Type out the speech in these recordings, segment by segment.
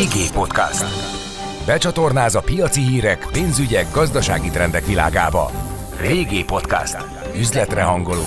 VG Podcast. Becsatornáz a piaci hírek, pénzügyek, gazdasági trendek világába. VG Podcast. Üzletre hangoló.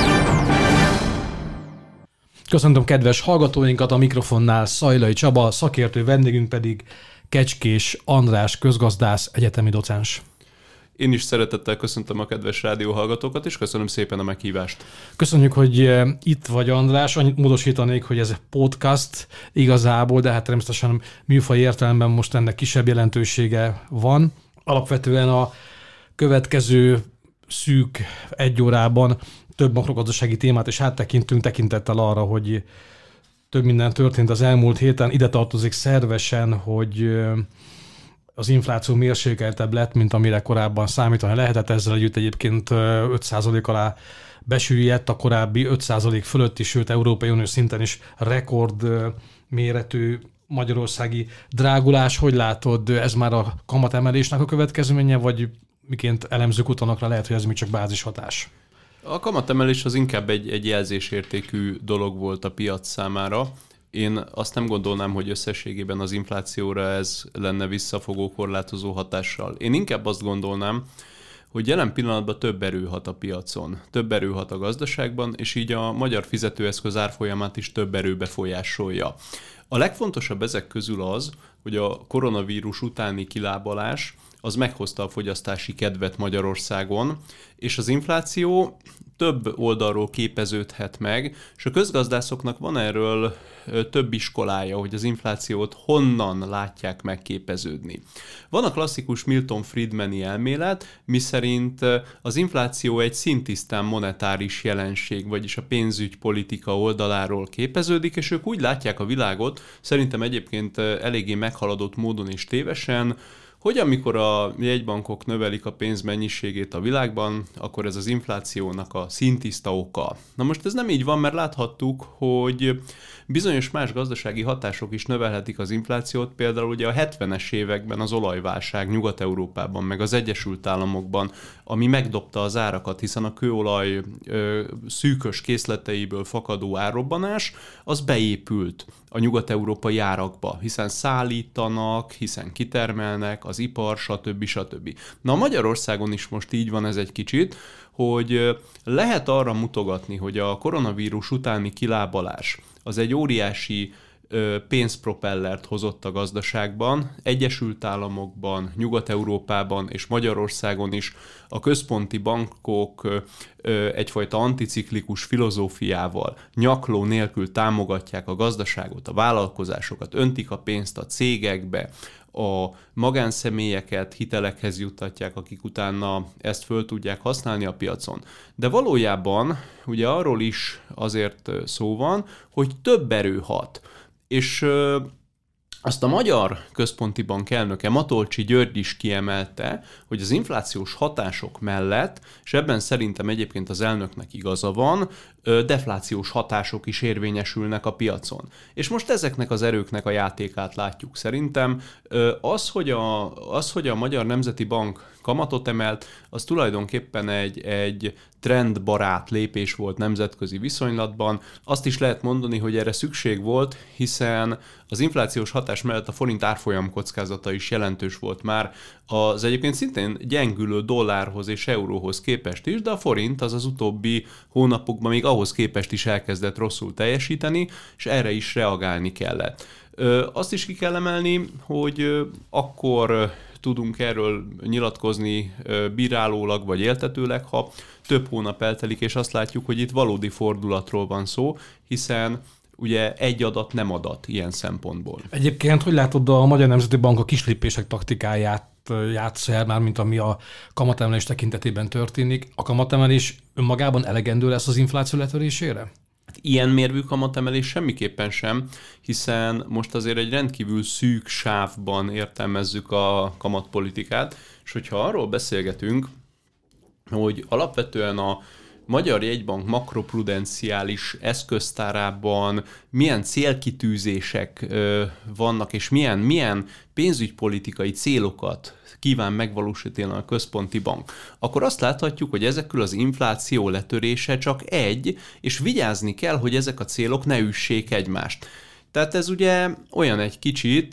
Köszöntöm kedves hallgatóinkat, a mikrofonnál Szajlai Csaba, szakértő vendégünk pedig Kecskés András, közgazdász, egyetemi docens. Én is szeretettel köszöntöm a kedves rádióhallgatókat, és köszönöm szépen a meghívást. Köszönjük, hogy itt vagy, András. Annyit módosítanék, hogy ez podcast igazából, de hát természetesen műfaj értelemben most ennek kisebb jelentősége van. Alapvetően a következő szűk egy órában több makrogazdasági témát is áttekintünk, tekintettel arra, hogy több minden történt az elmúlt héten. Ide tartozik szervesen, hogy az infláció mérsékeltebb lett, mint amire korábban számítani lehetett. Ezzel együtt egyébként 5% alá besüllyedt a korábbi 5% fölött is, sőt Európai Uniós szinten is rekord méretű magyarországi drágulás. Hogy látod, ez már a kamatemelésnek a következménye, vagy miként elemzők utalnak, lehet, hogy ez még csak bázishatás? A kamatemelés az inkább egy jelzésértékű dolog volt a piac számára. Én azt nem gondolnám, hogy összességében az inflációra ez lenne visszafogó, korlátozó hatással. Én inkább azt gondolnám, hogy jelen pillanatban több erő hat a piacon, több erő hat a gazdaságban, és így a magyar fizetőeszköz árfolyamát is több erő befolyásolja. A legfontosabb ezek közül az, hogy a koronavírus utáni kilábalás az meghozta a fogyasztási kedvet Magyarországon, és az infláció több oldalról képeződhet meg, és a közgazdászoknak van erről több iskolája, hogy az inflációt honnan látják megképeződni. Van a klasszikus Milton Friedmani elmélet, miszerint az infláció egy szintisztán monetáris jelenség, vagyis a pénzügypolitika oldaláról képeződik, és ők úgy látják a világot, szerintem egyébként eléggé meghaladott módon és tévesen, hogy amikor a jegybankok növelik a pénz mennyiségét a világban, akkor ez az inflációnak a szintiszta oka. Na most ez nem így van, mert láthattuk, hogy bizonyos más gazdasági hatások is növelhetik az inflációt, például ugye a 70-es években az olajválság Nyugat-Európában, meg az Egyesült Államokban, ami megdobta az árakat, hiszen a kőolaj szűkös készleteiből fakadó árrobbanás, az beépült a nyugat-európai árakba, hiszen szállítanak, hiszen kitermelnek, az ipar, stb. Na Magyarországon is most így van ez egy kicsit, hogy lehet arra mutogatni, hogy a koronavírus utáni kilábalás az egy óriási pénzpropellert hozott a gazdaságban, Egyesült Államokban, Nyugat-Európában és Magyarországon is a központi bankok egyfajta anticiklikus filozófiával, nyakló nélkül támogatják a gazdaságot, a vállalkozásokat, öntik a pénzt a cégekbe, a magánszemélyeket hitelekhez juttatják, akik utána ezt föl tudják használni a piacon. De valójában ugye arról is azért szó van, hogy több erő hat. És azt a Magyar Központi Bank elnöke, Matolcsy György is kiemelte, hogy az inflációs hatások mellett, és ebben szerintem egyébként az elnöknek igaza van, deflációs hatások is érvényesülnek a piacon. És most ezeknek az erőknek a játékát látjuk szerintem. Az, hogy a Magyar Nemzeti Bank kamatot emelt, az tulajdonképpen egy trendbarát lépés volt nemzetközi viszonylatban. Azt is lehet mondani, hogy erre szükség volt, hiszen az inflációs hatás mellett a forint árfolyam kockázata is jelentős volt már az egyébként szintén gyengülő dollárhoz és euróhoz képest is, de a forint az utóbbi hónapokban még ahhoz képest is elkezdett rosszul teljesíteni, és erre is reagálni kellett. Azt is ki kell emelni, hogy akkor tudunk erről nyilatkozni bírálólag vagy éltetőleg, ha több hónap eltelik, és azt látjuk, hogy itt valódi fordulatról van szó, hiszen ugye egy adat nem adat ilyen szempontból. Egyébként, hogy látod, a Magyar Nemzeti Bank a kislépések taktikáját játssza el már, mint ami a kamatemelés tekintetében történik. A kamatemelés önmagában elegendő lesz az infláció letörésére? Ilyen mérvű kamatemelés semmiképpen sem, hiszen most azért egy rendkívül szűk sávban értelmezzük a kamatpolitikát, és hogyha arról beszélgetünk, hogy alapvetően a Magyar Jegybank makroprudenciális eszköztárában milyen célkitűzések vannak, és milyen pénzügypolitikai célokat kíván megvalósítani a központi bank, akkor azt láthatjuk, hogy ezekről az infláció letörése csak egy, és vigyázni kell, hogy ezek a célok ne üssék egymást. Tehát ez ugye olyan egy kicsit,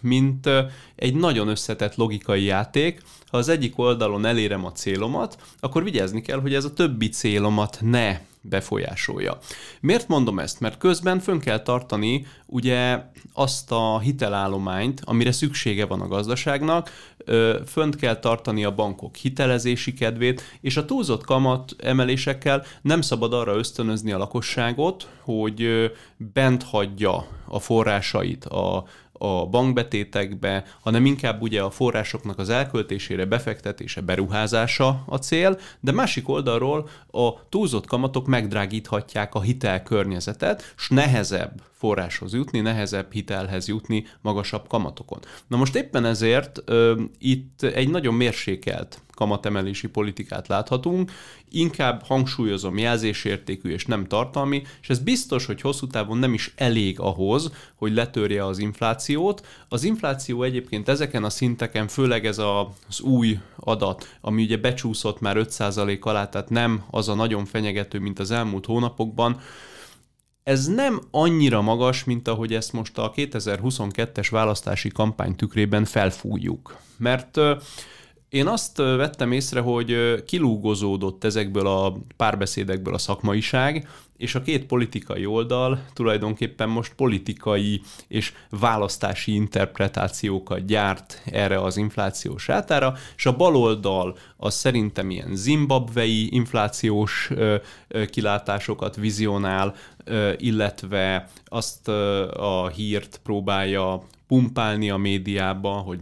mint egy nagyon összetett logikai játék. Ha az egyik oldalon elérem a célomat, akkor vigyázni kell, hogy ez a többi célomat ne befolyásolja. Miért mondom ezt? Mert közben fönn kell tartani ugye azt a hitelállományt, amire szüksége van a gazdaságnak, fönt kell tartani a bankok hitelezési kedvét, és a túlzott kamat emelésekkel nem szabad arra ösztönözni a lakosságot, hogy bent hagyja a forrásait a bankbetétekbe, hanem inkább ugye a forrásoknak az elköltésére, befektetése, beruházása a cél, de másik oldalról a túlzott kamatok megdrágíthatják a hitelkörnyezetet, és nehezebb forráshoz jutni, nehezebb hitelhez jutni magasabb kamatokon. Na most éppen ezért itt egy nagyon mérsékelt kamatemelési politikát láthatunk, inkább hangsúlyozom jelzésértékű és nem tartalmi, és ez biztos, hogy hosszú távon nem is elég ahhoz, hogy letörje az inflációt. Az infláció egyébként ezeken a szinteken, főleg ez az új adat, ami ugye becsúszott már 5% alá, tehát nem az a nagyon fenyegető, mint az elmúlt hónapokban, ez nem annyira magas, mint ahogy ezt most a 2022-es választási kampány tükrében felfújjuk. Mert én azt vettem észre, hogy kilúgozódott ezekből a párbeszédekből a szakmaiság, és a két politikai oldal tulajdonképpen most politikai és választási interpretációkat gyárt erre az inflációs rátára, és a baloldal az szerintem ilyen zimbabvei inflációs kilátásokat vizionál, illetve azt a hírt próbálja pumpálni a médiába, hogy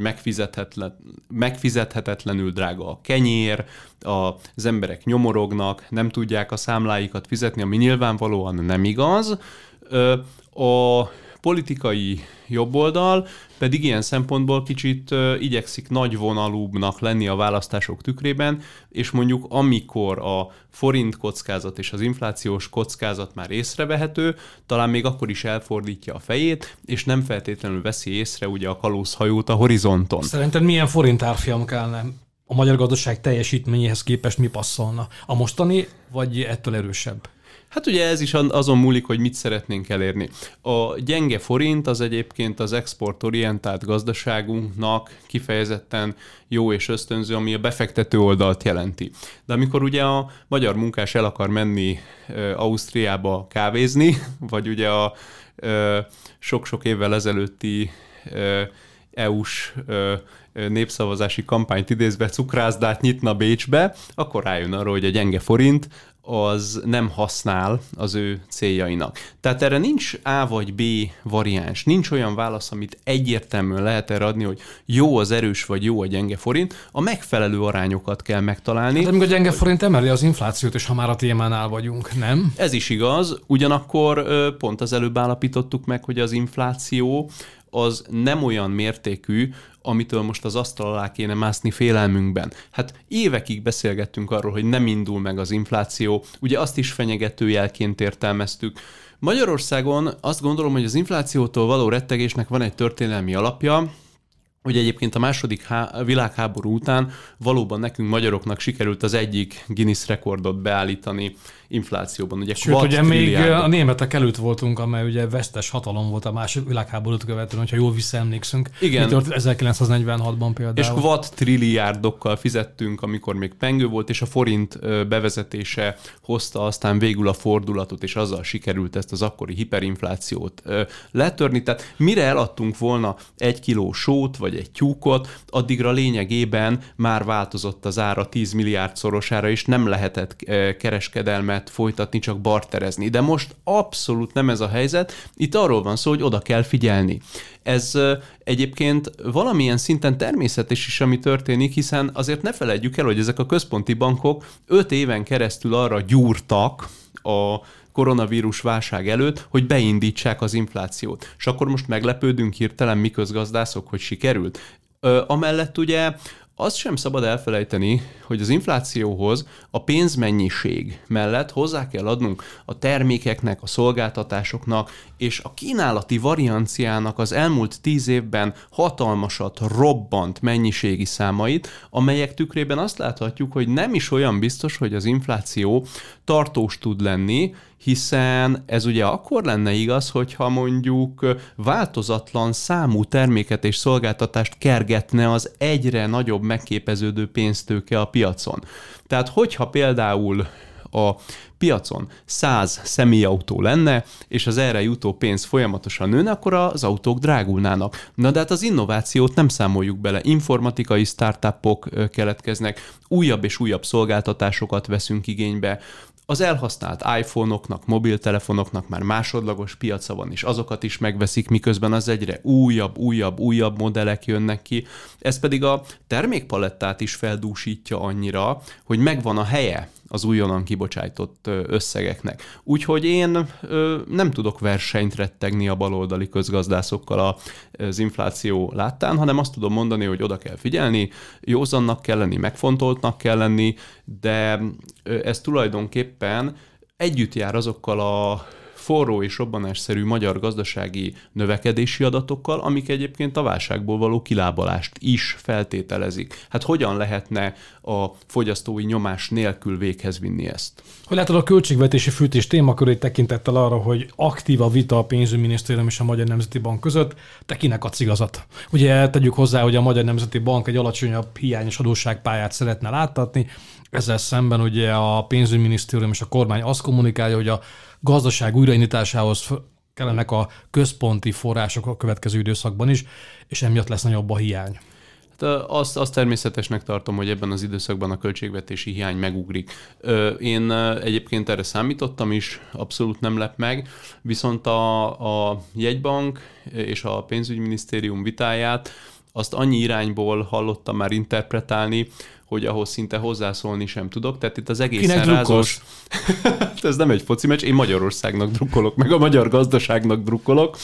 megfizethetetlenül drága a kenyér, az emberek nyomorognak, nem tudják a számláikat fizetni, ami nyilvánvalóan nem igaz. A politikai jobboldal pedig ilyen szempontból kicsit igyekszik nagyvonalúbbnak lenni a választások tükrében, és mondjuk amikor a forint kockázat és az inflációs kockázat már észrevehető, talán még akkor is elfordítja a fejét, és nem feltétlenül veszi észre ugye a kalózhajót a horizonton. Szerinted milyen forint árfolyam kellene? A magyar gazdaság teljesítményéhez képest mi passzolna? A mostani, vagy ettől erősebb? Hát ugye ez is azon múlik, hogy mit szeretnénk elérni. A gyenge forint az egyébként az exportorientált gazdaságunknak kifejezetten jó és ösztönző, ami a befektető oldalt jelenti. De amikor ugye a magyar munkás el akar menni Ausztriába kávézni, vagy ugye a sok-sok évvel ezelőtti EU-s népszavazási kampányt idézve cukrászdát nyitna Bécsbe, akkor rájön arra, hogy a gyenge forint az nem használ az ő céljainak. Tehát erre nincs A vagy B variáns, nincs olyan válasz, amit egyértelműen lehet erre adni, hogy jó az erős vagy jó a gyenge forint, a megfelelő arányokat kell megtalálni. Hát amikor a gyenge forint emeli az inflációt, és ha már a témánál vagyunk, nem? Ez is igaz, ugyanakkor pont az előbb állapítottuk meg, hogy az infláció az nem olyan mértékű, amitől most az asztal alá kéne mászni félelmünkben. Hát évekig beszélgettünk arról, hogy nem indul meg az infláció, ugye azt is fenyegető jelként értelmeztük. Magyarországon azt gondolom, hogy az inflációtól való rettegésnek van egy történelmi alapja, hogy egyébként a második világháború után valóban nekünk magyaroknak sikerült az egyik Guinness rekordot beállítani inflációban. Ugye sőt, ugye még a németek előtt voltunk, amely ugye vesztes hatalom volt a második világháborút követően, hogyha jól visszaemlékszünk. Igen. 1946-ban például. És quadrilliárdokkal fizettünk, amikor még pengő volt, és a forint bevezetése hozta aztán végül a fordulatot, és azzal sikerült ezt az akkori hiperinflációt letörni. Tehát mire eladtunk volna 1 kiló sót, vagy egy tyúkot, addigra lényegében már változott az ára 10 milliárd szorosára, és nem lehetett kereskedelmet folytatni, csak barterezni. De most abszolút nem ez a helyzet. Itt arról van szó, hogy oda kell figyelni. Ez egyébként valamilyen szinten természetes is, ami történik, hiszen azért ne feledjük el, hogy ezek a központi bankok 5 éven keresztül arra gyúrtak a koronavírus válság előtt, hogy beindítsák az inflációt. És akkor most meglepődünk hirtelen mi közgazdászok, hogy sikerült. Amellett ugye azt sem szabad elfelejteni, hogy az inflációhoz a pénzmennyiség mellett hozzá kell adnunk a termékeknek, a szolgáltatásoknak és a kínálati varianciának az elmúlt 10 évben hatalmasat robbant mennyiségi számait, amelyek tükrében azt láthatjuk, hogy nem is olyan biztos, hogy az infláció tartós tud lenni, hiszen ez ugye akkor lenne igaz, hogyha mondjuk változatlan számú terméket és szolgáltatást kergetne az egyre nagyobb megképeződő pénztőke a piacon. Tehát hogyha például a piacon 100 személyautó lenne, és az erre jutó pénz folyamatosan nőne, akkor az autók drágulnának. Na de hát az innovációt nem számoljuk bele. Informatikai startupok keletkeznek, újabb és újabb szolgáltatásokat veszünk igénybe. Az elhasznált iPhone-oknak, mobiltelefonoknak már másodlagos piaca van, és azokat is megveszik, miközben az egyre újabb modellek jönnek ki. Ez pedig a termékpalettát is feldúsítja annyira, hogy megvan a helye az újonnan kibocsájtott összegeknek. Úgyhogy én nem tudok versenyt rettegni a baloldali közgazdászokkal az infláció láttán, hanem azt tudom mondani, hogy oda kell figyelni, józannak kell lenni, megfontoltnak kell lenni, de ez tulajdonképpen együtt jár azokkal a forró és robbanásszerű magyar gazdasági növekedési adatokkal, amik egyébként a válságból való kilábalást is feltételezik. Hát hogyan lehetne a fogyasztói nyomás nélkül véghez vinni ezt? Hogy látod, a költségvetési fűtés témakörét tekintettel arra, hogy aktív a vita a pénzügyminisztérium és a Magyar Nemzeti Bank között, te kinek adsz igazat? Ugye tegyük hozzá, hogy a Magyar Nemzeti Bank egy alacsonyabb hiányos adósságpályát szeretne láttatni, ezzel szemben ugye a pénzügyminisztérium és a kormány azt kommunikálja, hogy a gazdaság újraindításához kellenek a központi források a következő időszakban is, és emiatt lesz nagyobb a hiány. Azt természetesnek tartom, hogy ebben az időszakban a költségvetési hiány megugrik. Én egyébként erre számítottam is, abszolút nem lep meg, viszont a jegybank és a pénzügyminisztérium vitáját azt annyi irányból hallottam már interpretálni, hogy ahhoz szinte hozzászólni sem tudok. Tehát itt az egészen rázós... Ez nem egy foci meccs, én Magyarországnak drukkolok, meg a magyar gazdaságnak drukkolok,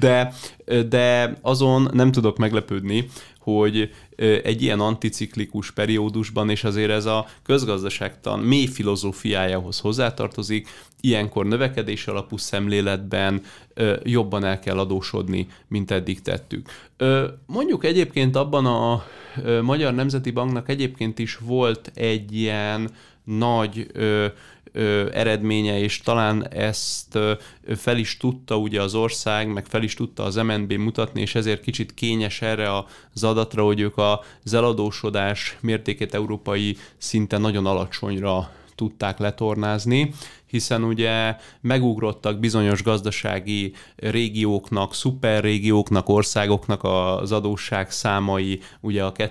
de azon nem tudok meglepődni, hogy egy ilyen anticiklikus periódusban, és azért ez a közgazdaságtan mély filozófiájához hozzátartozik, ilyenkor növekedés alapú szemléletben jobban el kell adósodni, mint eddig tettük. Mondjuk egyébként abban a Magyar Nemzeti Banknak egyébként is volt egy ilyen nagy eredménye, és talán ezt fel is tudta ugye az ország, meg fel is tudta az MNB mutatni, és ezért kicsit kényes erre az adatra, hogy ők az eladósodás mértékét európai szinten nagyon alacsonyra tudták letornázni, hiszen ugye megugrottak bizonyos gazdasági régióknak, szuperrégióknak, országoknak az adósság számai, ugye a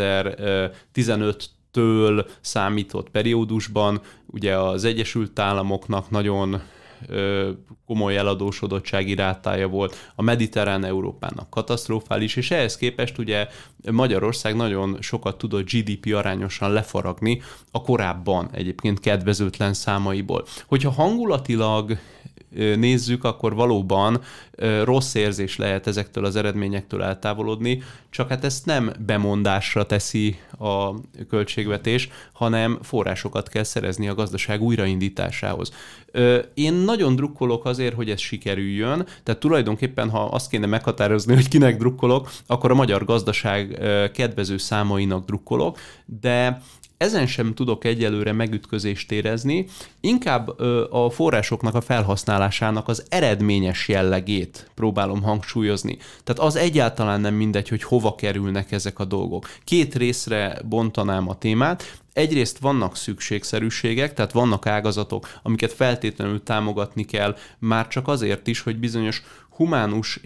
2015-től számított periódusban, ugye az Egyesült Államoknak nagyon komoly eladósodottsági rátája volt, a mediterrán Európának katasztrofális, és ehhez képest ugye Magyarország nagyon sokat tudott GDP arányosan lefaragni a korábban egyébként kedvezőtlen számaiból. Hogyha hangulatilag nézzük, akkor valóban rossz érzés lehet ezektől az eredményektől eltávolodni, csak hát ezt nem bemondásra teszi a költségvetés, hanem forrásokat kell szerezni a gazdaság újraindításához. Én nagyon drukkolok azért, hogy ez sikerüljön, tehát tulajdonképpen, ha azt kéne meghatározni, hogy kinek drukkolok, akkor a magyar gazdaság kedvező számainak drukkolok, de ezen sem tudok egyelőre megütközést érezni, inkább a forrásoknak a felhasználásának az eredményes jellegét próbálom hangsúlyozni. Tehát az egyáltalán nem mindegy, hogy hova kerülnek ezek a dolgok. Két részre bontanám a témát. Egyrészt vannak szükségszerűségek, tehát vannak ágazatok, amiket feltétlenül támogatni kell, már csak azért is, hogy bizonyos humánus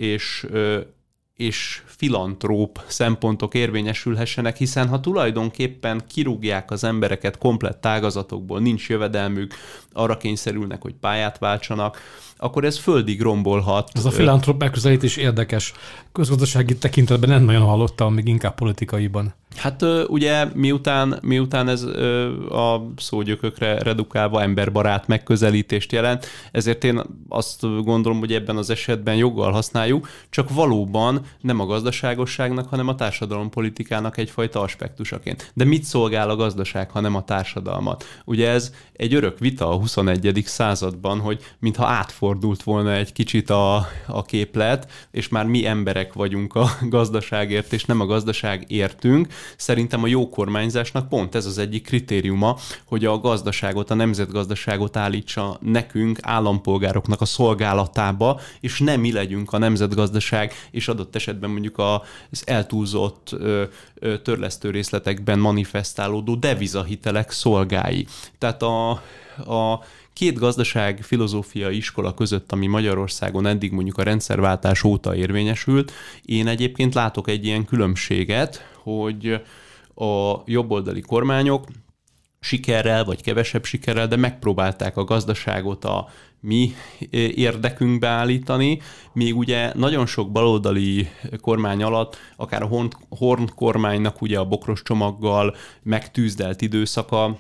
és filantróp szempontok érvényesülhessenek, hiszen ha tulajdonképpen kirúgják az embereket komplett ágazatokból, nincs jövedelmük, arra kényszerülnek, hogy pályát váltsanak, akkor ez földig rombolhat. Ez a filantróp megközelítés érdekes. Közgazdasági tekintetben nem nagyon hallottam, még inkább politikaiban. Hát ugye miután ez a szógyökökre redukálva emberbarát megközelítést jelent, ezért én azt gondolom, hogy ebben az esetben joggal használjuk, csak valóban nem a gazdaságosságnak, hanem a társadalompolitikának egyfajta aspektusaként. De mit szolgál a gazdaság, ha nem a társadalmat? Ugye ez egy örök vita a 21. században, hogy mintha átfordult volna egy kicsit a képlet, és már mi emberek vagyunk a gazdaságért, és nem a gazdaság értünk. Szerintem a jó kormányzásnak pont ez az egyik kritériuma, hogy a gazdaságot, a nemzetgazdaságot állítsa nekünk, állampolgároknak a szolgálatába, és nem mi legyünk a nemzetgazdaság, és adott esetben mondjuk az eltúlzott törlesztő részletekben manifestálódó devizahitelek szolgái. Tehát a két gazdaság filozófiai iskola között, ami Magyarországon eddig mondjuk a rendszerváltás óta érvényesült, én egyébként látok egy ilyen különbséget, hogy a jobboldali kormányok sikerrel vagy kevesebb sikerrel, de megpróbálták a gazdaságot a mi érdekünkbe állítani, még ugye nagyon sok baloldali kormány alatt, akár a Horn kormánynak ugye a bokros csomaggal megtűzdelt időszaka,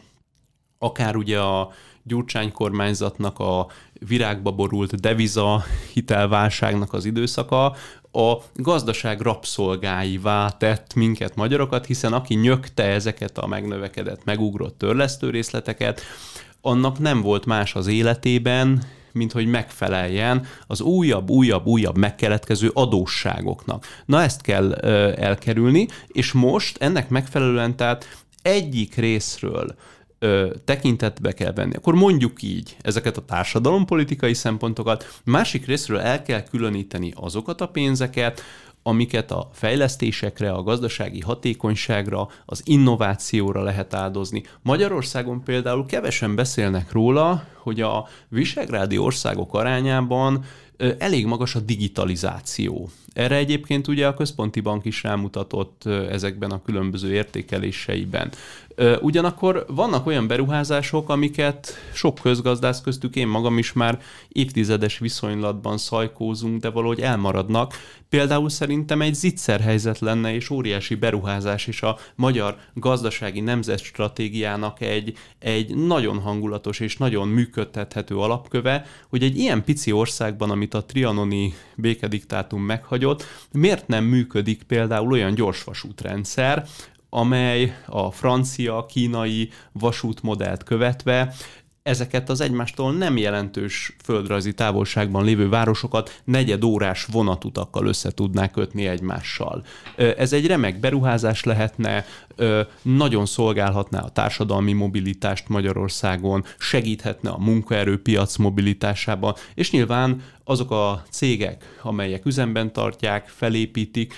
akár ugye a Gyurcsány kormányzatnak a virágba borult deviza hitelválságnak az időszaka, a gazdaság rabszolgáivá tett minket magyarokat, hiszen aki nyögte ezeket a megnövekedett, megugrott törlesztőrészleteket, annak nem volt más az életében, mint hogy megfeleljen az újabb megkeletkező adósságoknak. Na ezt kell elkerülni, és most ennek megfelelően tehát egyik részről tekintetbe kell venni. Akkor mondjuk így ezeket a társadalompolitikai szempontokat, másik részről el kell különíteni azokat a pénzeket, amiket a fejlesztésekre, a gazdasági hatékonyságra, az innovációra lehet áldozni. Magyarországon például kevesen beszélnek róla, hogy a visegrádi országok arányában elég magas a digitalizáció. Erre egyébként ugye a központi bank is rámutatott ezekben a különböző értékeléseiben. Ugyanakkor vannak olyan beruházások, amiket sok közgazdász, köztük én magam is már évtizedes viszonylatban szajkózunk, de valahogy elmaradnak. Például szerintem egy zicserhelyzet lenne és óriási beruházás is a magyar gazdasági nemzetstratégiának egy nagyon hangulatos és nagyon működtethető alapköve, hogy egy ilyen pici országban, amit a trianoni békediktátum meghagyott, miért nem működik például olyan gyorsvasútrendszer, amely a francia, kínai vasútmodellt követve ezeket az egymástól nem jelentős földrajzi távolságban lévő városokat negyedórás vonatutakkal össze tudná kötni egymással. Ez egy remek beruházás lehetne, nagyon szolgálhatná a társadalmi mobilitást Magyarországon, segíthetne a munkaerőpiac mobilitásában, és nyilván azok a cégek, amelyek üzemben tartják, felépítik,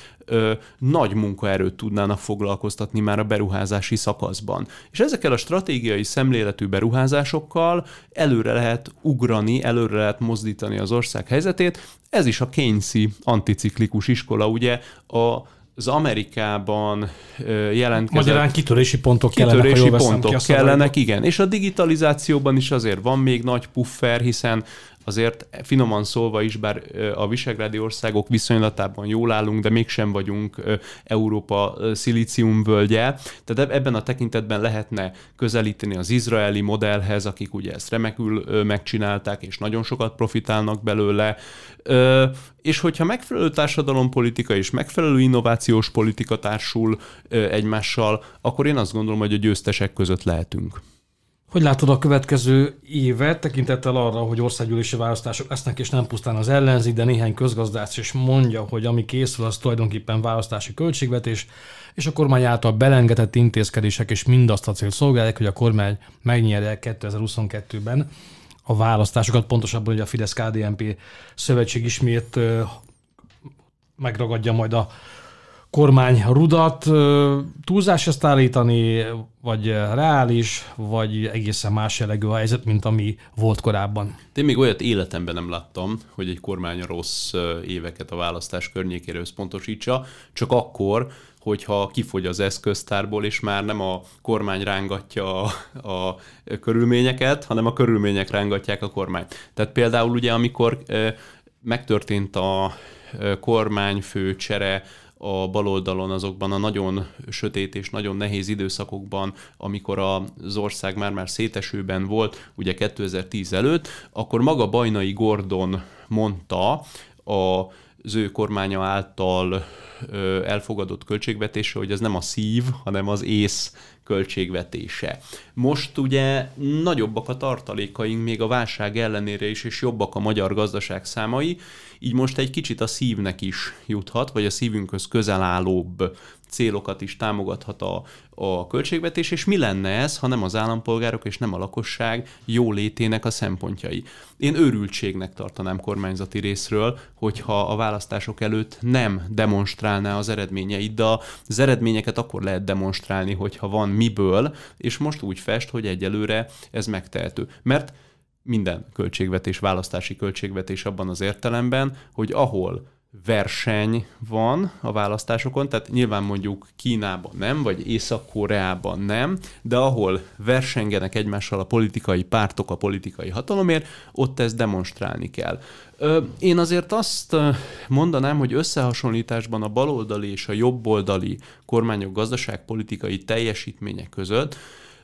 nagy munkaerőt tudnának foglalkoztatni már a beruházási szakaszban. És ezekkel a stratégiai szemléletű beruházásokkal előre lehet ugrani, előre lehet mozdítani az ország helyzetét. Ez is a Keynesi anticiklikus iskola, ugye az Amerikában jelentkezett... Magyarán kitörési pontok kellenek, igen. És a digitalizációban is azért van még nagy puffer, hiszen azért finoman szólva is, bár a visegrádi országok viszonylatában jól állunk, de mégsem vagyunk Európa szilíciumvölgye. Tehát ebben a tekintetben lehetne közelíteni az izraeli modellhez, akik ugye ezt remekül megcsinálták, és nagyon sokat profitálnak belőle. És hogyha megfelelő társadalompolitika és megfelelő innovációs politika társul egymással, akkor én azt gondolom, hogy a győztesek között lehetünk. Hogy látod a következő évet, tekintettel arra, hogy országgyűlési választások lesznek, és nem pusztán az ellenzék, de néhány közgazdász is mondja, hogy ami készül, az tulajdonképpen választási költségvetés, és a kormány által belengetett intézkedések és mindazt a célt szolgálják, hogy a kormány megnyerje 2022-ben a választásokat, pontosabban, hogy a Fidesz-KDNP szövetség ismét megragadja majd a kormány rudat. Túlzás ezt állítani, vagy reális, vagy egészen más jellegű a helyzet, mint ami volt korábban? Én még olyat életemben nem láttam, hogy egy kormány a rossz éveket a választás környékére összpontosítsa, csak akkor, hogyha kifogy az eszköztárból, és már nem a kormány rángatja a körülményeket, hanem a körülmények rángatják a kormányt. Tehát például ugye, amikor megtörtént a kormányfő csere a baloldalon azokban a nagyon sötét és nagyon nehéz időszakokban, amikor az ország már szétesőben volt, ugye 2010 előtt, akkor maga Bajnai Gordon mondta az ő kormánya által elfogadott költségvetése, hogy ez nem a szív, hanem az ész költségvetése. Most ugye nagyobbak a tartalékaink még a válság ellenére is, és jobbak a magyar gazdaság számai, így most egy kicsit a szívnek is juthat, vagy a szívünkhöz közel állóbb célokat is támogathat a költségvetés, és mi lenne ez, ha nem az állampolgárok és nem a lakosság jólétének a szempontjai. Én őrültségnek tartanám kormányzati részről, hogyha a választások előtt nem demonstrálná az eredményeit, de az eredményeket akkor lehet demonstrálni, hogyha van miből, és most úgy fest, hogy egyelőre ez megtehető. Mert minden költségvetés, választási költségvetés abban az értelemben, hogy ahol verseny van a választásokon, tehát nyilván mondjuk Kínában nem, vagy Észak-Koreában nem, de ahol versengenek egymással a politikai pártok a politikai hatalomért, ott ezt demonstrálni kell. Én azért azt mondanám, hogy összehasonlításban a baloldali és a jobboldali kormányok gazdaságpolitikai teljesítmények között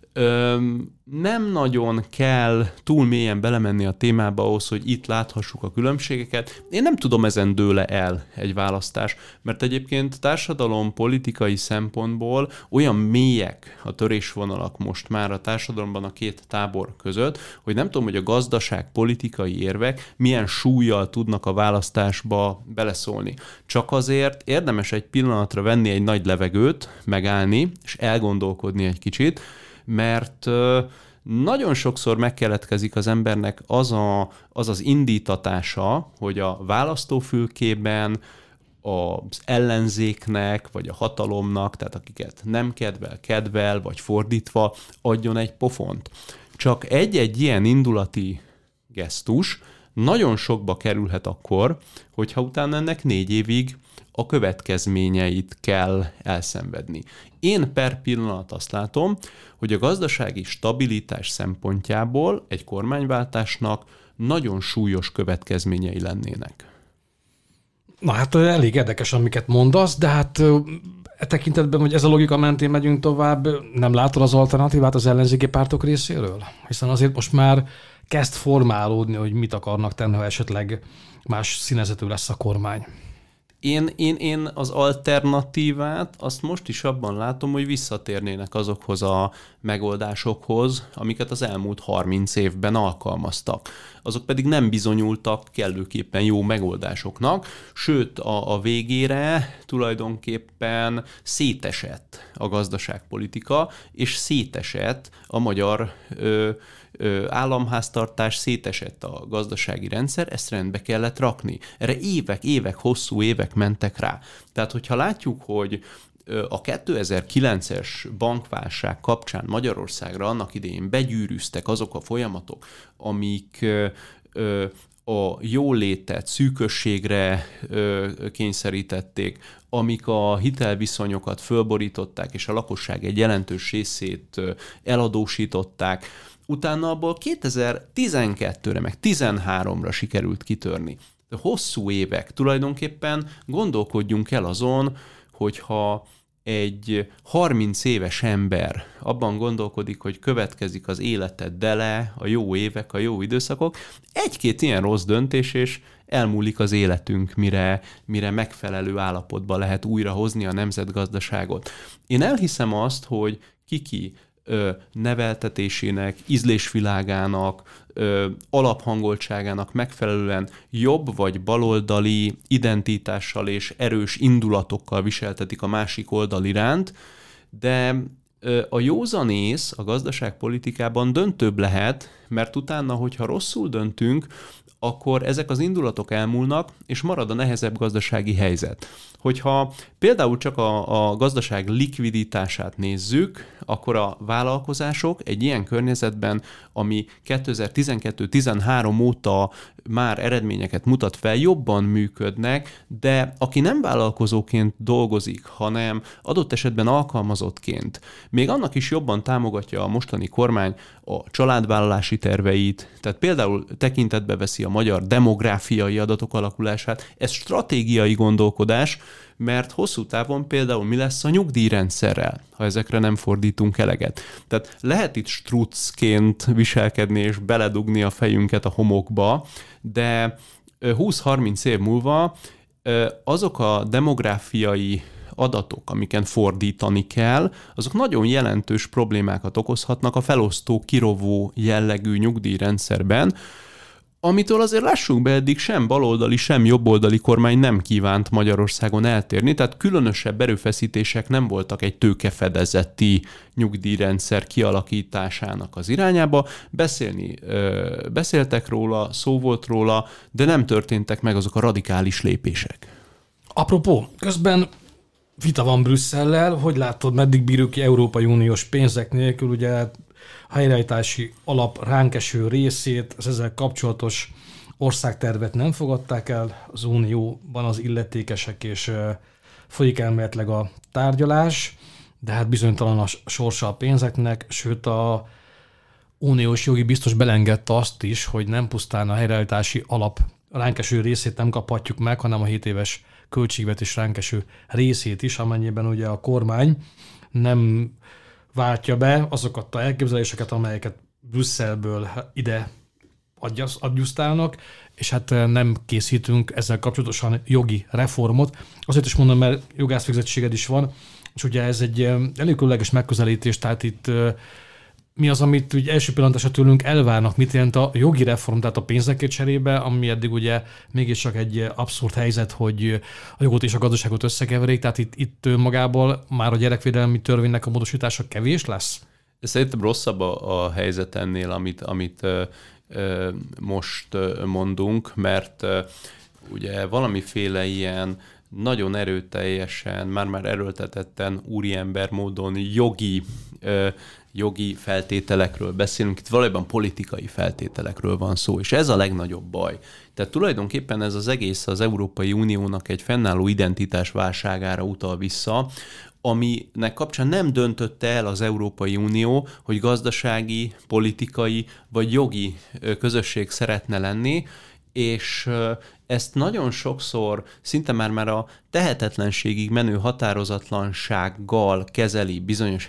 nem nagyon kell túl mélyen belemenni a témába ahhoz, hogy itt láthassuk a különbségeket. Én nem tudom, ezen dől el egy választás, mert egyébként társadalom politikai szempontból olyan mélyek a törésvonalak most már a társadalomban a két tábor között, hogy nem tudom, hogy a gazdaságpolitikai érvek milyen súllyal tudnak a választásba beleszólni. Csak azért érdemes egy pillanatra venni egy nagy levegőt, megállni, és elgondolkodni egy kicsit, mert nagyon sokszor megkeletkezik az embernek az indítatása, hogy a választófülkében az ellenzéknek, vagy a hatalomnak, tehát akiket nem kedvel, vagy fordítva, adjon egy pofont. Csak egy-egy ilyen indulati gesztus nagyon sokba kerülhet akkor, hogyha utána ennek 4 évig a következményeit kell elszenvedni. Én per pillanat azt látom, hogy a gazdasági stabilitás szempontjából egy kormányváltásnak nagyon súlyos következményei lennének. Na hát elég érdekes, amiket mondasz, de hát e tekintetben, hogy ez a logika mentén megyünk tovább, nem látod az alternatívát az ellenzéki pártok részéről? Hiszen azért most már kezd formálódni, hogy mit akarnak tenni, ha esetleg más színezetű lesz a kormány. Én az alternatívát azt most is abban látom, hogy visszatérnének azokhoz a megoldásokhoz, amiket az elmúlt 30 évben alkalmaztak. Azok pedig nem bizonyultak kellőképpen jó megoldásoknak, sőt a végére tulajdonképpen szétesett a gazdaságpolitika, és szétesett a magyar államháztartás, szétesett a gazdasági rendszer, ezt rendbe kellett rakni. Erre hosszú évek mentek rá. Tehát, hogyha látjuk, hogy a 2009-es bankválság kapcsán Magyarországra annak idején begyűrűztek azok a folyamatok, amik a jólétet szűkösségre kényszerítették, amik a hitelviszonyokat fölborították, és a lakosság egy jelentős részét eladósították. Utána abból 2012-re, meg 2013-ra sikerült kitörni. De hosszú évek, tulajdonképpen gondolkodjunk el azon, hogyha egy 30 éves ember abban gondolkodik, hogy következik az élete dele, a jó évek, a jó időszakok, egy-két ilyen rossz döntés, és elmúlik az életünk, mire megfelelő állapotba lehet újrahozni a nemzetgazdaságot. Én elhiszem azt, hogy ki neveltetésének, ízlésvilágának, alaphangoltságának megfelelően jobb vagy baloldali identitással és erős indulatokkal viseltetik a másik oldal iránt, de a józanész a gazdaságpolitikában döntőbb lehet, mert utána, hogyha rosszul döntünk, akkor ezek az indulatok elmúlnak, és marad a nehezebb gazdasági helyzet. Hogyha például csak a gazdaság likviditását nézzük, akkor a vállalkozások egy ilyen környezetben, ami 2012-13 óta már eredményeket mutat fel, jobban működnek, de aki nem vállalkozóként dolgozik, hanem adott esetben alkalmazottként, még annak is jobban támogatja a mostani kormány a családvállalási terveit, tehát például tekintetbe veszi a magyar demográfiai adatok alakulását. Ez stratégiai gondolkodás, mert hosszú távon például mi lesz a nyugdíjrendszerrel, ha ezekre nem fordítunk eleget. Tehát lehet itt struccként viselkedni és beledugni a fejünket a homokba, de 20-30 év múlva azok a demográfiai adatok, amiken fordítani kell, azok nagyon jelentős problémákat okozhatnak a felosztó, kirovó jellegű nyugdíjrendszerben, amitől azért lássuk be, eddig sem baloldali, sem jobboldali kormány nem kívánt Magyarországon eltérni, tehát különösebb erőfeszítések nem voltak egy tőkefedezeti nyugdíjrendszer kialakításának az irányába. Beszéltek róla, szó volt róla, de nem történtek meg azok a radikális lépések. Apropó, közben vita van Brüsszellel, hogy látod, meddig bírjuk ki Európai Uniós pénzek nélkül, ugye helyreállítási alap ránk eső részét, az ezzel kapcsolatos országtervet nem fogadták el az Unióban az illetékesek, és folyik elméletileg a tárgyalás, de hát bizonytalan a sorsa a pénzeknek, sőt a uniós jogi biztos belengedte azt is, hogy nem pusztán a helyreállítási alap ránk eső részét nem kaphatjuk meg, hanem a 7 éves költségvetés ránk eső részét is, amennyiben ugye a kormány nem váltja be azokat a elképzeléseket, amelyeket Brüsszelből ide adjusztálnak, és hát nem készítünk ezzel kapcsolatosan jogi reformot. Azért is mondom, mert jogászvégzettséged is van, és ugye ez egy elég különleges megközelítés, tehát itt mi az, amit ugye első pillantásra tőlünk elvárnak, mit jelent a jogi reform, tehát a pénzekért cserébe, ami eddig ugye mégiscsak egy abszurd helyzet, hogy a jogot és a gazdaságot összekeverik, tehát itt magából már a gyerekvédelmi törvénynek a módosítása kevés lesz? Szerintem rosszabb a helyzet ennél, amit most mondunk, mert ugye valamiféle ilyen nagyon erőteljesen, már erőltetetten úriember módon jogi feltételekről beszélünk, itt valójában politikai feltételekről van szó, és ez a legnagyobb baj. Tehát tulajdonképpen ez az egész az Európai Uniónak egy fennálló identitás válságára utal vissza, aminek kapcsán nem döntötte el az Európai Unió, hogy gazdasági, politikai vagy jogi közösség szeretne lenni, és ezt nagyon sokszor szinte már a tehetetlenségig menő határozatlansággal kezeli bizonyos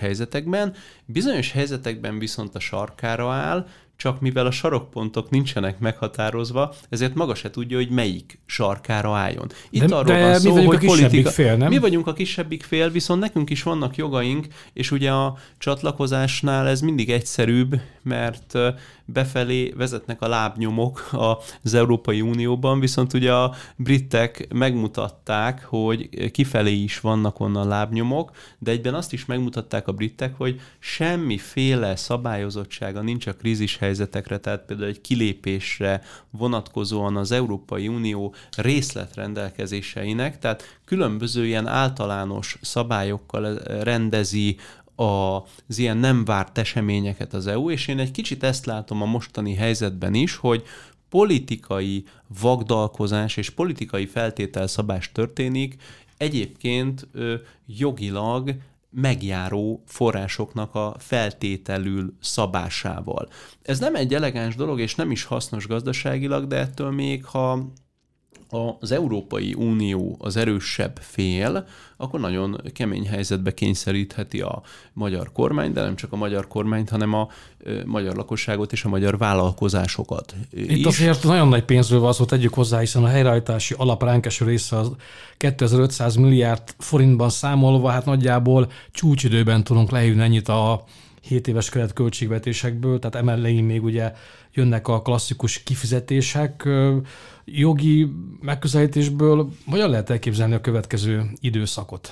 helyzetekben viszont a sarkára áll, csak mivel a sarokpontok nincsenek meghatározva, ezért maga se tudja, hogy melyik sarkára álljon. Itt arról van szó, hogy politika... fél, nem? Mi vagyunk a kisebbik fél, viszont nekünk is vannak jogaink, és ugye a csatlakozásnál ez mindig egyszerűbb, mert befelé vezetnek a lábnyomok az Európai Unióban, viszont ugye a britek megmutatták, hogy kifelé is vannak onnan lábnyomok, de egyben azt is megmutatták a britek, hogy semmiféle szabályozottsága nincs a krízis helyzetekre, tehát például egy kilépésre vonatkozóan az Európai Unió részletrendelkezéseinek, tehát különböző ilyen általános szabályokkal rendezi az ilyen nem várt eseményeket az EU, és én egy kicsit ezt látom a mostani helyzetben is, hogy politikai vagdalkozás és politikai feltételszabás történik, egyébként jogilag megjáró forrásoknak a feltételül szabásával. Ez nem egy elegáns dolog, és nem is hasznos gazdaságilag, de ettől még, ha az Európai Unió az erősebb fél, akkor nagyon kemény helyzetbe kényszerítheti a magyar kormány, de nem csak a magyar kormányt, hanem a magyar lakosságot és a magyar vállalkozásokat. Itt azért nagyon nagy pénzről van szó, tegyük hozzá, hiszen a helyreállítási alap ránk eső része az 2500 milliárd forintban számolva, hát nagyjából csúcsidőben tudunk lehívni ennyit a 7 éves költségvetésekből, tehát emellé még ugye jönnek a klasszikus kifizetések. Jogi megközelítésből hogyan lehet elképzelni a következő időszakot?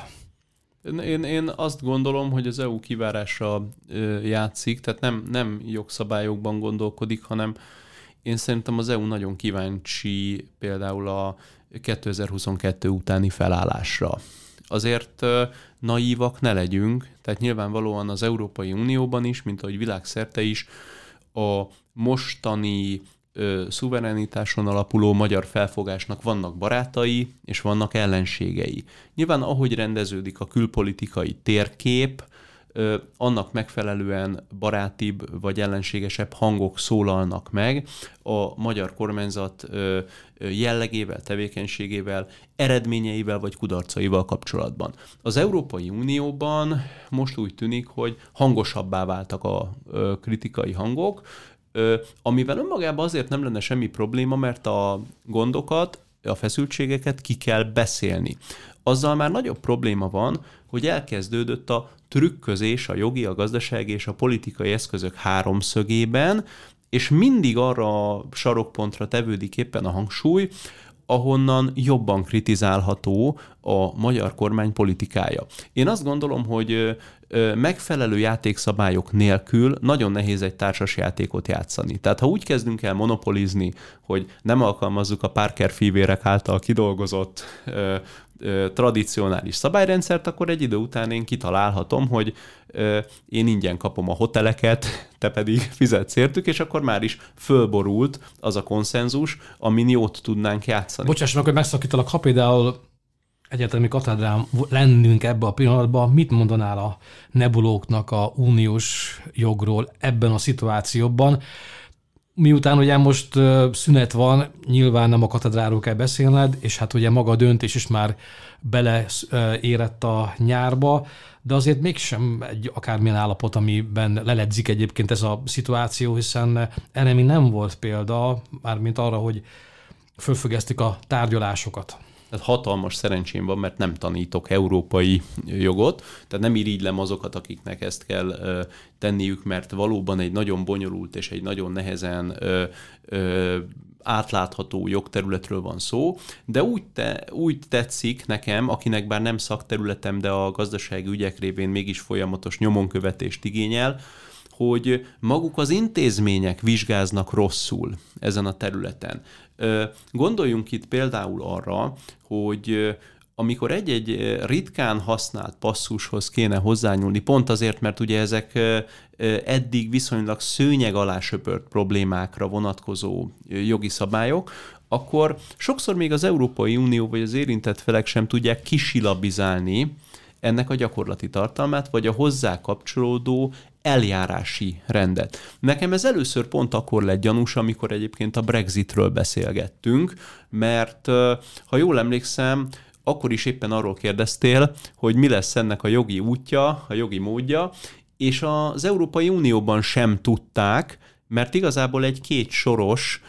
Én azt gondolom, hogy az EU kivárásra játszik, tehát nem jogszabályokban gondolkodik, hanem én szerintem az EU nagyon kíváncsi például a 2022 utáni felállásra. Azért naívak ne legyünk, tehát nyilvánvalóan az Európai Unióban is, mint ahogy világszerte is, a mostani szuverenitáson alapuló magyar felfogásnak vannak barátai, és vannak ellenségei. Nyilván ahogy rendeződik a külpolitikai térkép, annak megfelelően barátibb vagy ellenségesebb hangok szólalnak meg a magyar kormányzat jellegével, tevékenységével, eredményeivel vagy kudarcaival kapcsolatban. Az Európai Unióban most úgy tűnik, hogy hangosabbá váltak a kritikai hangok, amivel önmagában azért nem lenne semmi probléma, mert a gondokat, a feszültségeket ki kell beszélni. Azzal már nagyobb probléma van, hogy elkezdődött a trükközés a jogi, a gazdasági és a politikai eszközök háromszögében, és mindig arra a sarokpontra tevődik éppen a hangsúly, ahonnan jobban kritizálható a magyar kormány politikája. Én azt gondolom, hogy megfelelő játékszabályok nélkül nagyon nehéz egy társasjátékot játszani. Tehát ha úgy kezdünk el monopolizni, hogy nem alkalmazzuk a Parker fivérek által kidolgozott tradicionális szabályrendszert, akkor egy idő után én kitalálhatom, hogy én ingyen kapom a hoteleket, te pedig fizetsz értük, és akkor már is fölborult az a konszenzus, amin jót tudnánk játszani. Bocsáss meg, hogy megszakítalak, ha például egyetemi katedrán lennünk ebbe a pillanatban, mit mondanál a nebulóknak a uniós jogról ebben a szituációban? Miután ugye most szünet van, nyilván nem a katedráról kell beszélned, és hát ugye maga a döntés is már beleérett a nyárba, de azért mégsem egy akármilyen állapot, amiben leledzik egyébként ez a szituáció, hiszen erre még nem volt példa, mármint arra, hogy fölfüggesztik a tárgyalásokat. Tehát hatalmas szerencsém van, mert nem tanítok európai jogot, tehát nem irigylem azokat, akiknek ezt kell tenniük, mert valóban egy nagyon bonyolult és egy nagyon nehezen átlátható jogterületről van szó, de úgy tetszik nekem, akinek bár nem szakterületem, de a gazdasági ügyek révén mégis folyamatos nyomonkövetést igényel, hogy maguk az intézmények vizsgáznak rosszul ezen a területen. Gondoljunk itt például arra, hogy amikor egy-egy ritkán használt passzushoz kéne hozzányúlni, pont azért, mert ugye ezek eddig viszonylag szőnyeg alá söpört problémákra vonatkozó jogi szabályok, akkor sokszor még az Európai Unió vagy az érintett felek sem tudják kisilabizálni ennek a gyakorlati tartalmát, vagy a hozzá kapcsolódó eljárási rendet. Nekem ez először pont akkor lett gyanús, amikor egyébként a Brexitről beszélgettünk, mert ha jól emlékszem, akkor is éppen arról kérdeztél, hogy mi lesz ennek a jogi útja, a jogi módja, és az Európai Unióban sem tudták, mert igazából egy 2 soros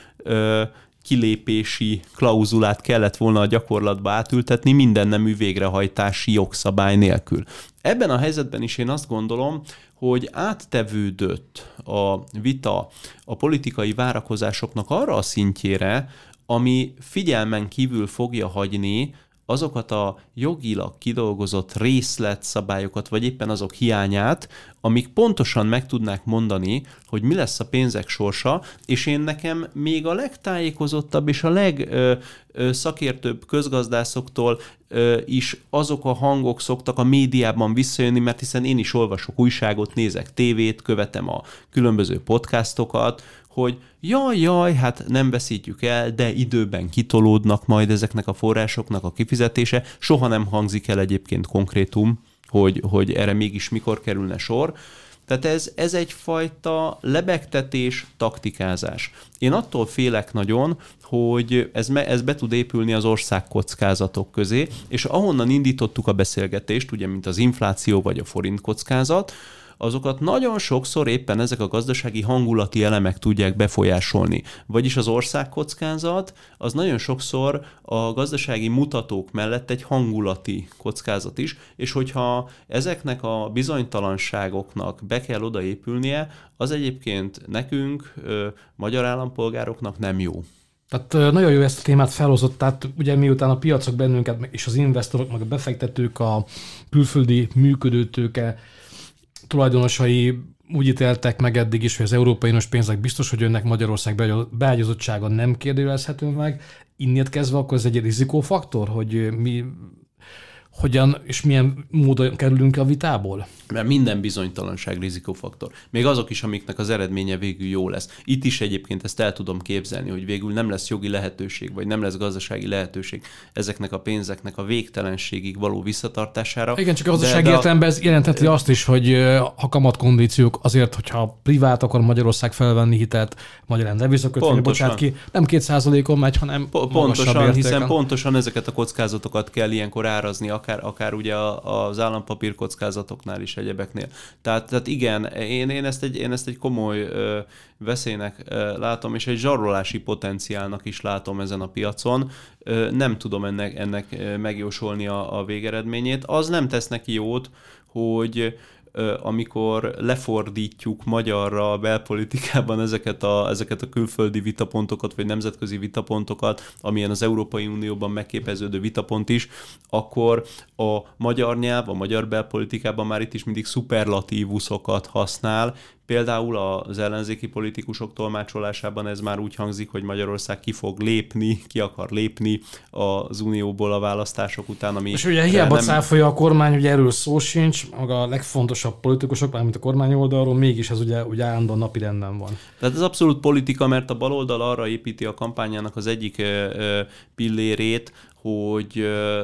kilépési klauzulát kellett volna a gyakorlatba átültetni minden nemű végrehajtási jogszabály nélkül. Ebben a helyzetben is én azt gondolom, hogy áttevődött a vita a politikai várakozásoknak arra a szintjére, ami figyelmen kívül fogja hagyni azokat a jogilag kidolgozott részletszabályokat, vagy éppen azok hiányát, amik pontosan meg tudnák mondani, hogy mi lesz a pénzek sorsa, és én nekem még a legtájékozottabb és a legszakértőbb közgazdászoktól is azok a hangok szoktak a médiában visszajönni, mert hiszen én is olvasok újságot, nézek tévét, követem a különböző podcastokat, hogy jaj, hát nem veszítjük el, de időben kitolódnak majd ezeknek a forrásoknak a kifizetése. Soha nem hangzik el egyébként konkrétum, hogy erre mégis mikor kerülne sor. Tehát ez egyfajta lebegtetés, taktikázás. Én attól félek nagyon, hogy ez be tud épülni az országkockázatok közé, és ahonnan indítottuk a beszélgetést, ugye mint az infláció vagy a forint kockázat, azokat nagyon sokszor éppen ezek a gazdasági hangulati elemek tudják befolyásolni. Vagyis az országkockázat az nagyon sokszor a gazdasági mutatók mellett egy hangulati kockázat is, és hogyha ezeknek a bizonytalanságoknak be kell odaépülnie, az egyébként nekünk, magyar állampolgároknak nem jó. Tehát nagyon jó ezt a témát felhozott, tehát ugye miután a piacok bennünket, és az investorok, meg a befektetők, a külföldi működőtőke tulajdonosai úgy ítéltek meg eddig is, hogy az európai uniós pénzek biztos, hogy jönnek, Magyarország beágyazottsága nem kérdőjelezhető meg. Innét kezdve akkor ez egy rizikófaktor, hogy mi hogyan és milyen módon kerülünk a vitából? Mert minden bizonytalanság rizikófaktor. Még azok is, amiknek az eredménye végül jó lesz. Itt is egyébként ezt el tudom képzelni, hogy végül nem lesz jogi lehetőség, vagy nem lesz gazdasági lehetőség ezeknek a pénzeknek a végtelenségig való visszatartására. Igen, csak a gazdasági értelemben ez jelentheti azt is, hogy a kamatkondíciók azért, hogyha privát akar Magyarország felvenni hitelt, magyarán devizakötvény bocsát ki, nem 2%-on megy, hanem pontosan, hiszen pontosan ezeket a kockázatokat kell ilyenkor árazni, akár ugye az állampapír kockázatoknál is egyebeknél. Tehát igen, én ezt egy komoly veszélynek látom, és egy zsarolási potenciálnak is látom ezen a piacon. Nem tudom ennek megjósolni a végeredményét. Az nem tesz neki jót, hogy amikor lefordítjuk magyarra a belpolitikában ezeket a külföldi vitapontokat, vagy nemzetközi vitapontokat, amilyen az Európai Unióban megképeződő vitapont is, akkor a magyar nyelv, a magyar belpolitikában már itt is mindig szuperlatívuszokat használ. Például az ellenzéki politikusok tolmácsolásában ez már úgy hangzik, hogy Magyarország ki akar lépni az Unióból a választások után, ami... És ugye hiába cáfolja a kormány, ugye erről szó sincs, maga a legfontosabb politikusok, mármint a kormány oldalról, mégis ez ugye állandóan napirenden van. Tehát ez abszolút politika, mert a baloldal arra építi a kampányának az egyik pillérét, hogy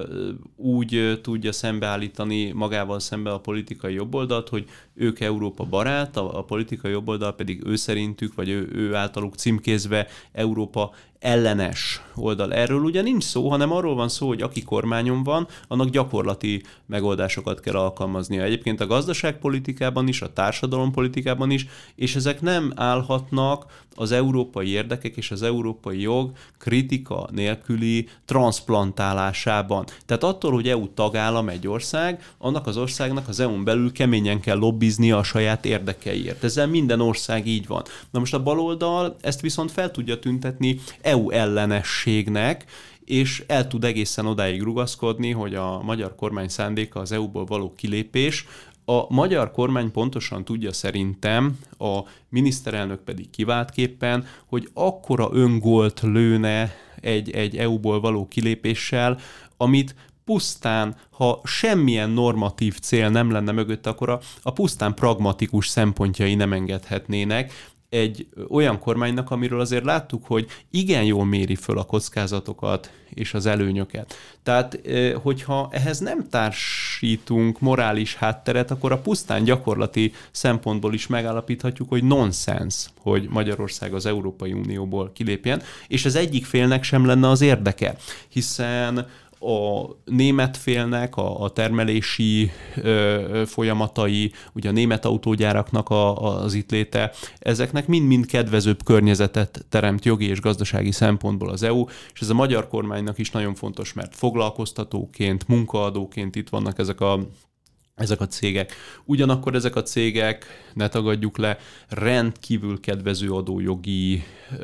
úgy tudja szembeállítani magával szembe a politikai jobboldalt, hogy ők Európa barát, a politikai jobboldal pedig ő szerintük, vagy ő általuk címkézve Európa ellenes oldal. Erről ugye nincs szó, hanem arról van szó, hogy aki kormányon van, annak gyakorlati megoldásokat kell alkalmaznia. Egyébként a gazdaságpolitikában is, a társadalompolitikában is, és ezek nem állhatnak az európai érdekek és az európai jog kritika nélküli transzplantálásában. Tehát attól, hogy EU tagállam egy ország, annak az országnak az EU-n belül keményen kell lobbiznia a saját érdekeiért. Ezzel minden ország így van. Na most a baloldal ezt viszont fel tudja tüntetni EU ellenességnek, és el tud egészen odáig rugaszkodni, hogy a magyar kormány szándéka az EU-ból való kilépés. A magyar kormány pontosan tudja szerintem, a miniszterelnök pedig kiváltképpen, hogy akkora öngolt lőne egy EU-ból való kilépéssel, amit pusztán, ha semmilyen normatív cél nem lenne mögött, akkor a pusztán pragmatikus szempontjai nem engedhetnének egy olyan kormánynak, amiről azért láttuk, hogy igen jól méri föl a kockázatokat és az előnyöket. Tehát, hogyha ehhez nem társítunk morális hátteret, akkor a pusztán gyakorlati szempontból is megállapíthatjuk, hogy nonsens, hogy Magyarország az Európai Unióból kilépjen, és az egyik félnek sem lenne az érdeke, hiszen a német félnek a termelési folyamatai, ugye a német autógyáraknak az itt léte, ezeknek mind-mind kedvezőbb környezetet teremt jogi és gazdasági szempontból az EU, és ez a magyar kormánynak is nagyon fontos, mert foglalkoztatóként, munkaadóként itt vannak ezek a cégek. Ugyanakkor ezek a cégek, ne tagadjuk le, rendkívül kedvező adójogi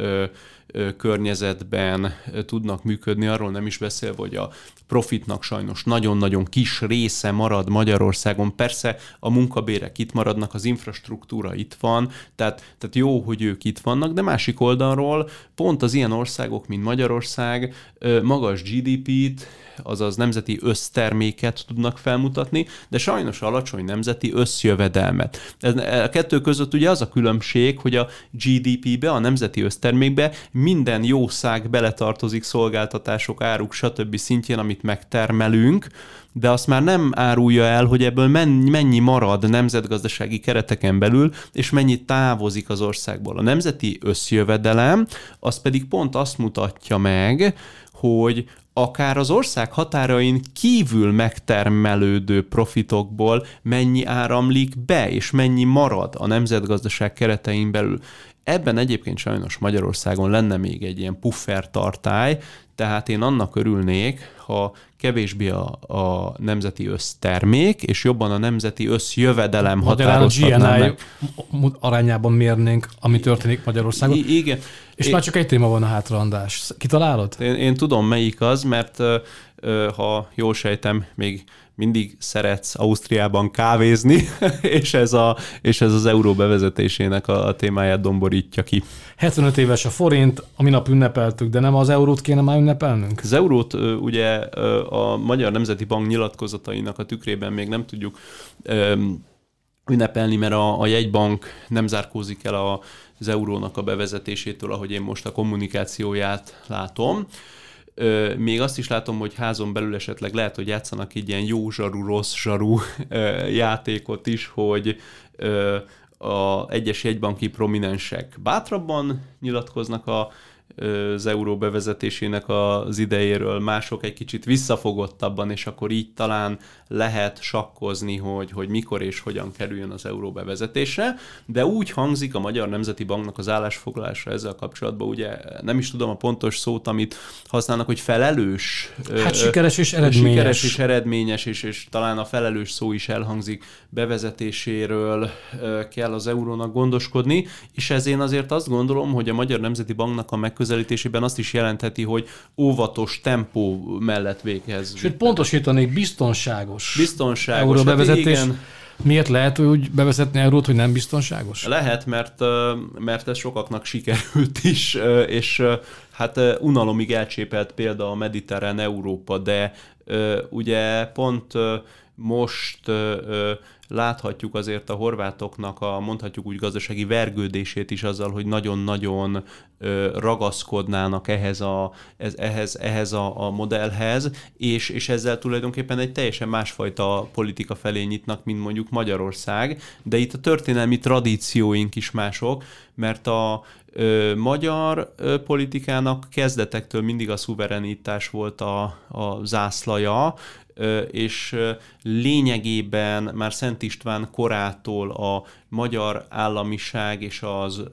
környezetben tudnak működni, arról nem is beszélve, hogy a profitnak sajnos nagyon-nagyon kis része marad Magyarországon. Persze a munkabérek itt maradnak, az infrastruktúra itt van, tehát jó, hogy ők itt vannak, de másik oldalról pont az ilyen országok, mint Magyarország magas GDP-t, azaz nemzeti összterméket tudnak felmutatni, de sajnos alacsony nemzeti összjövedelmet. A kettő között ugye az a különbség, hogy a GDP-be, a nemzeti össztermékbe minden jószág beletartozik, szolgáltatások, áruk, stb. Szintjén, amit megtermelünk, de azt már nem árulja el, hogy ebből mennyi marad nemzetgazdasági kereteken belül, és mennyi távozik az országból. A nemzeti összjövedelem, az pedig pont azt mutatja meg, hogy akár az ország határain kívül megtermelődő profitokból mennyi áramlik be, és mennyi marad a nemzetgazdaság keretein belül. Ebben egyébként sajnos Magyarországon lenne még egy ilyen puffer tartály, tehát én annak örülnék, ha kevésbé a nemzeti össztermék, és jobban a nemzeti összjövedelem határozhatnám meg. GNI arányában mérnénk, ami történik Magyarországon. Igen. És már csak egy téma van a hátra, András. Kitalálod? Én tudom, melyik az, mert ha jól sejtem, még mindig szeretsz Ausztriában kávézni, és ez az euró bevezetésének a témáját domborítja ki. 75 éves a forint, a minap ünnepeltük, de nem az eurót kéne már ünnepelnünk? Az eurót ugye a Magyar Nemzeti Bank nyilatkozatainak a tükrében még nem tudjuk ünnepelni, mert a jegybank nem zárkózik el az eurónak a bevezetésétől, ahogy én most a kommunikációját látom. Még azt is látom, hogy házon belül esetleg lehet, hogy játszanak egy ilyen jó zsarú, rossz zsarú játékot is, hogy a egyes jegybanki prominensek bátrabban nyilatkoznak a az euró bevezetésének az idejéről, mások egy kicsit visszafogottabban, és akkor így talán lehet sakkozni, hogy mikor és hogyan kerüljön az euró bevezetésre, de úgy hangzik a Magyar Nemzeti Banknak az állásfoglalása ezzel kapcsolatban, ugye nem is tudom a pontos szót, amit használnak, hogy felelős. Hát sikeres és eredményes. Sikeres és eredményes, és talán a felelős szó is elhangzik, bevezetéséről kell az eurónak gondoskodni, és ez én azért azt gondolom, hogy a Magyar Nemzeti Banknak a megközelítésében azt is jelentheti, hogy óvatos tempó mellett véghez. Sőt, pontosítanék, biztonságos euróbevezetés. Hát igen. Miért lehet úgy bevezetni eurót, hogy nem biztonságos? Lehet, mert ez sokaknak sikerült is, és hát unalomig elcsépelt példa a mediterrán Európa, de ugye pont most láthatjuk azért a horvátoknak mondhatjuk úgy gazdasági vergődését is azzal, hogy nagyon-nagyon ragaszkodnának ehhez a modellhez, és ezzel tulajdonképpen egy teljesen másfajta politika felé nyitnak, mint mondjuk Magyarország, de itt a történelmi tradícióink is mások, mert a magyar politikának kezdetektől mindig a szuverenitás volt a zászlaja, és lényegében már Szent István korától a magyar államiság és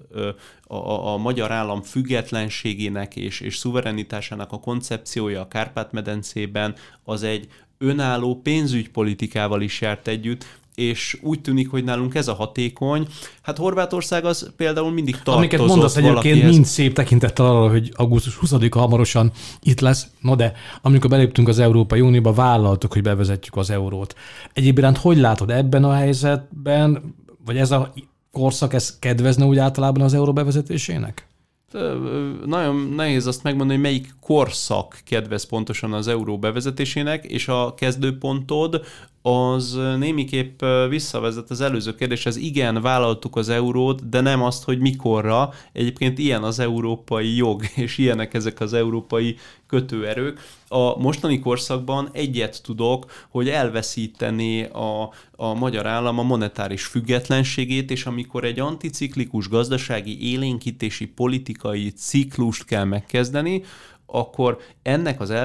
a magyar állam függetlenségének és szuverenitásának a koncepciója a Kárpát-medencében az egy önálló pénzügypolitikával is járt együtt, és úgy tűnik, hogy nálunk ez a hatékony. Hát Horvátország az például mindig tartozott amiket mondasz egyébként mind szép tekintettel arra, hogy augusztus 20-a hamarosan itt lesz. No de, amikor beléptünk az Európai Unióba, vállaltuk, hogy bevezetjük az eurót. Egyébként hogy látod ebben a helyzetben, vagy ez a korszak, ez kedvezne úgy általában az euró bevezetésének? Nagyon nehéz azt megmondani, hogy melyik korszak kedvez pontosan az euró bevezetésének, és a kezdőpontod az némiképp visszavezet az előző kérdéshez. Igen, vállaltuk az eurót, de nem azt, hogy mikorra. Egyébként ilyen az európai jog, és ilyenek ezek az európai kötőerők. A mostani korszakban egyet tudok, hogy elveszítené a magyar állam a monetáris függetlenségét, és amikor egy anticiklikus gazdasági élénkítési politikai ciklust kell megkezdeni, akkor ennek az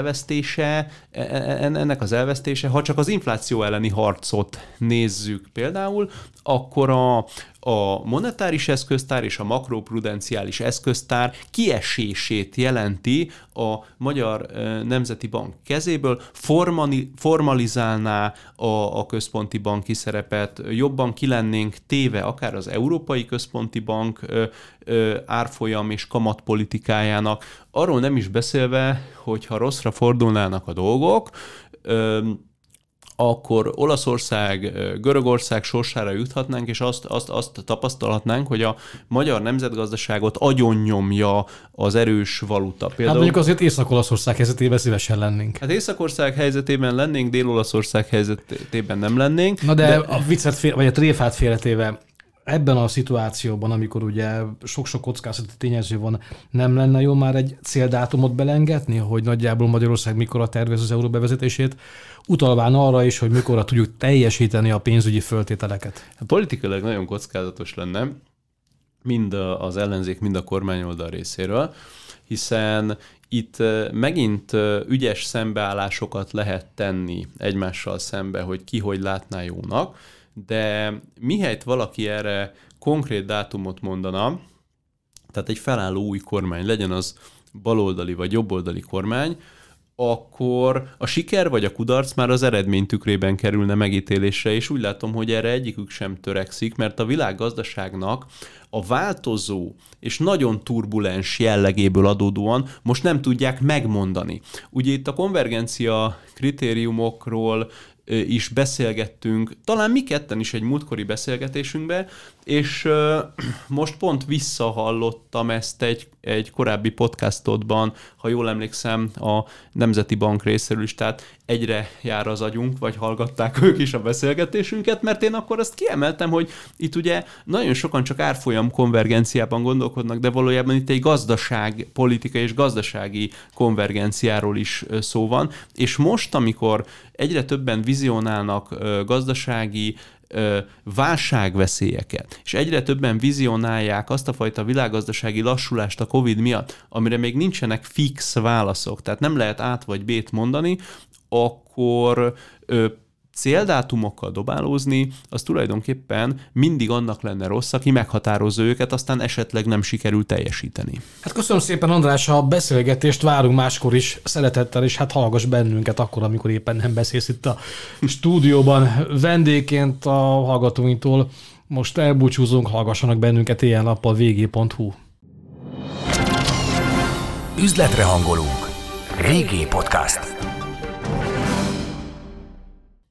elvesztése, ha csak az infláció elleni harcot nézzük például, akkor a monetáris eszköztár és a makroprudenciális eszköztár kiesését jelenti a Magyar Nemzeti Bank kezéből, formalizálná a központi banki szerepet, jobban ki lennénk téve akár az Európai Központi Bank árfolyam és kamatpolitikájának, arról nem is beszélve, hogyha rosszra fordulnának a dolgok, akkor Olaszország, Görögország sorsára juthatnánk, és azt tapasztalhatnánk, hogy a magyar nemzetgazdaságot agyonnyomja az erős valuta. Például, hát mondjuk azért Észak-Olaszország helyzetében szívesen lennénk. Hát Észak-Ország helyzetében lennénk, Dél-Olaszország helyzetében nem lennénk. Na de a viccet, vagy a tréfát félretéve, ebben a szituációban, amikor ugye sok-sok kockázati tényező van, nem lenne jó már egy céldátumot belengetni, hogy nagyjából Magyarország mikorra tervez az euró bevezetését, utalván arra is, hogy mikorra tudjuk teljesíteni a pénzügyi föltételeket? Politikailag nagyon kockázatos lenne, mind az ellenzék, mind a kormányoldal részéről, hiszen itt megint ügyes szembeállásokat lehet tenni egymással szembe, hogy ki hogy látná jónak, de mihelyt valaki erre konkrét dátumot mondana, tehát egy felálló új kormány, legyen az baloldali vagy jobboldali kormány, akkor a siker vagy a kudarc már az eredmény tükrében kerülne megítélésre, és úgy látom, hogy erre egyikük sem törekszik, mert a világgazdaságnak a változó és nagyon turbulens jellegéből adódóan most nem tudják megmondani. Ugye itt a konvergencia kritériumokról is beszélgettünk, talán mi ketten is egy múltkori beszélgetésünkbe, és most pont visszahallottam ezt egy korábbi podcastodban, ha jól emlékszem, a Nemzeti Bank részéről is, tehát egyre jár az agyunk, vagy hallgatták ők is a beszélgetésünket, mert én akkor azt kiemeltem, hogy itt ugye nagyon sokan csak árfolyam konvergenciában gondolkodnak, de valójában itt egy gazdaságpolitikai és gazdasági konvergenciáról is szó van, és most, amikor egyre többen vizionálnak gazdasági válságveszélyeket, és egyre többen vizionálják azt a fajta világgazdasági lassulást a Covid miatt, amire még nincsenek fix válaszok, tehát nem lehet A vagy B-t mondani, akkor céldátumokkal dobálózni, az tulajdonképpen mindig annak lenne rossz, aki meghatározza őket, aztán esetleg nem sikerül teljesíteni. Hát köszönöm szépen, András, a beszélgetést várunk máskor is szeretettel, és hát hallgass bennünket akkor, amikor éppen nem beszélsz itt a stúdióban. Vendégként a hallgatóinktól most elbúcsúzunk, hallgassanak bennünket éjjel-nappal vg.hu. Üzletre hangolunk. VG Podcast.